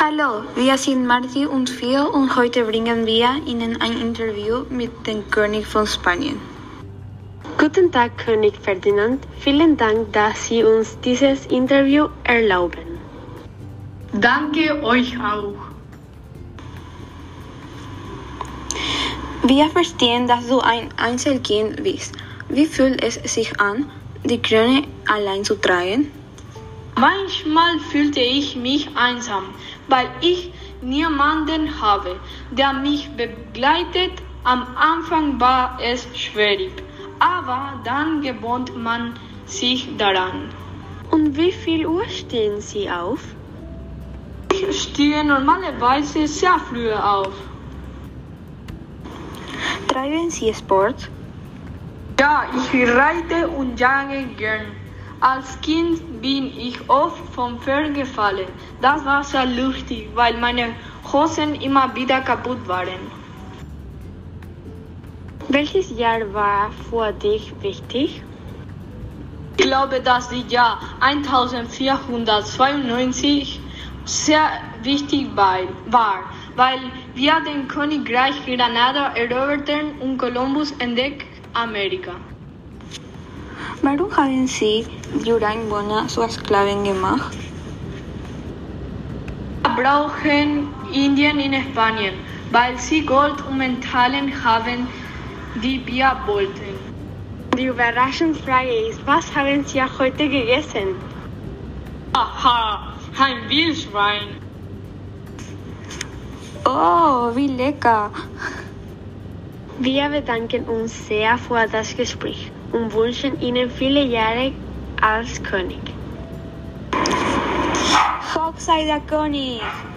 Hallo, wir sind Marti und Phil und heute bringen wir Ihnen ein Interview mit dem König von Spanien. Guten Tag, König Ferdinand. Vielen Dank, dass Sie uns dieses Interview erlauben. Danke euch auch. Wir verstehen, dass du ein Einzelkind bist. Wie fühlt es sich an, die Krone allein zu tragen? Manchmal fühlte ich mich einsam, weil ich niemanden habe, der mich begleitet. Am Anfang war es schwierig, aber dann gewöhnt man sich daran. Und wie viel Uhr stehen Sie auf? Ich stehe normalerweise sehr früh auf. Treiben Sie Sport? Ja, ich reite und jage gern. Als Kind bin ich oft vom Pferd gefallen. Das war sehr lustig, weil meine Hosen immer wieder kaputt waren. Welches Jahr war für dich wichtig? Ich glaube, dass das Jahr 1492 sehr wichtig war, weil wir den Königreich Granada eroberten und Kolumbus entdeckte Amerika. Warum haben Sie die Ureinwohner zu Sklaven gemacht? Wir brauchen Indien in Spanien, weil sie Gold und Metallen haben, die wir wollten. Die Überraschungsfrage ist, was haben Sie heute gegessen? Aha, ein Wildschwein. Oh, wie lecker! Wir bedanken uns sehr für das Gespräch und wünschen Ihnen viele Jahre als König. Hoch sei der König!